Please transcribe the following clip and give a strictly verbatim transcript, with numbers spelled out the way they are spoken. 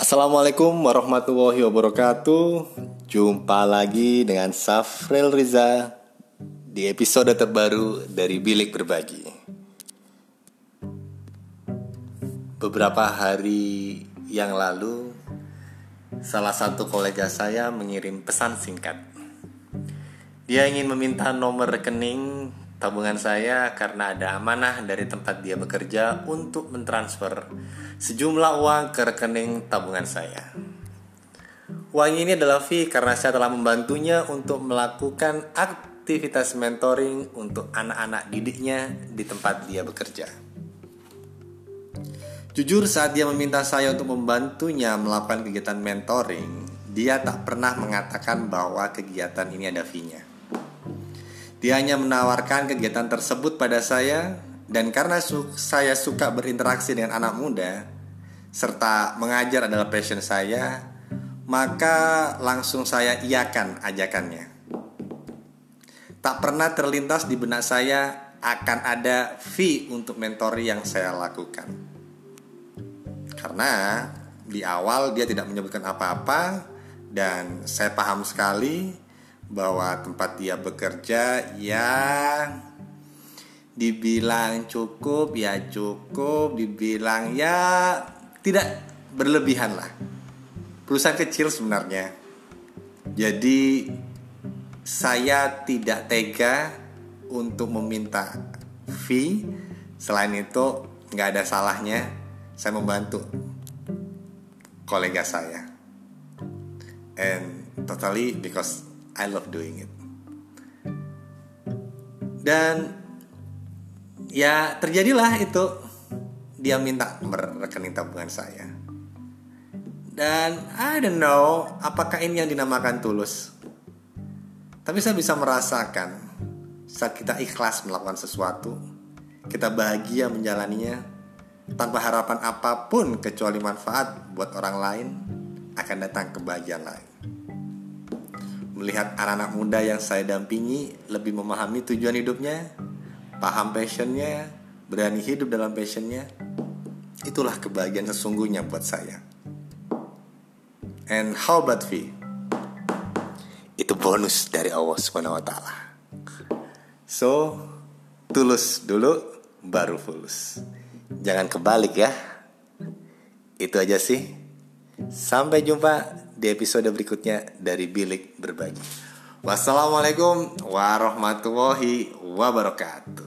Assalamualaikum warahmatullahi wabarakatuh. Jumpa lagi dengan Safril Riza di episode terbaru dari Bilik Berbagi. Beberapa hari yang lalu, salah satu kolega saya mengirim pesan singkat. Dia ingin meminta nomor rekening tabungan saya karena ada amanah dari tempat dia bekerja untuk mentransfer sejumlah uang ke rekening tabungan saya. Uang ini adalah fee karena saya telah membantunya untuk melakukan aktivitas mentoring untuk anak-anak didiknya di tempat dia bekerja. Jujur, saat dia meminta saya untuk membantunya melakukan kegiatan mentoring, dia tak pernah mengatakan bahwa kegiatan ini ada fee-nya. Dia hanya menawarkan kegiatan tersebut pada saya, dan karena su- saya suka berinteraksi dengan anak muda, serta mengajar adalah passion saya, maka langsung saya iakan ajakannya. Tak pernah terlintas di benak saya akan ada fee untuk mentori yang saya lakukan. Karena di awal dia tidak menyebutkan apa-apa, dan saya paham sekali bahwa tempat dia bekerja ya dibilang cukup ya cukup, dibilang ya tidak berlebihan lah. Perusahaan kecil sebenarnya. Jadi saya tidak tega untuk meminta fee. Selain itu gak ada salahnya saya membantu kolega saya. And totally because I love doing it. Dan ya terjadilah itu. Dia minta nomor rekening tabungan saya. Dan I don't know apakah ini yang dinamakan tulus. Tapi saya bisa merasakan saat kita ikhlas melakukan sesuatu, kita bahagia menjalaninya, tanpa harapan apapun kecuali manfaat buat orang lain, akan datang kebahagiaan lain. Melihat anak-anak muda yang saya dampingi lebih memahami tujuan hidupnya, paham passionnya, berani hidup dalam passionnya, itulah kebahagiaan sesungguhnya buat saya. And how about fee? Itu bonus dari Allah subhanahu wa taala. So, tulus dulu baru fulus. Jangan kebalik ya. Itu aja sih. Sampai jumpa di episode berikutnya dari Bilik Berbagi. Wassalamualaikum warahmatullahi wabarakatuh.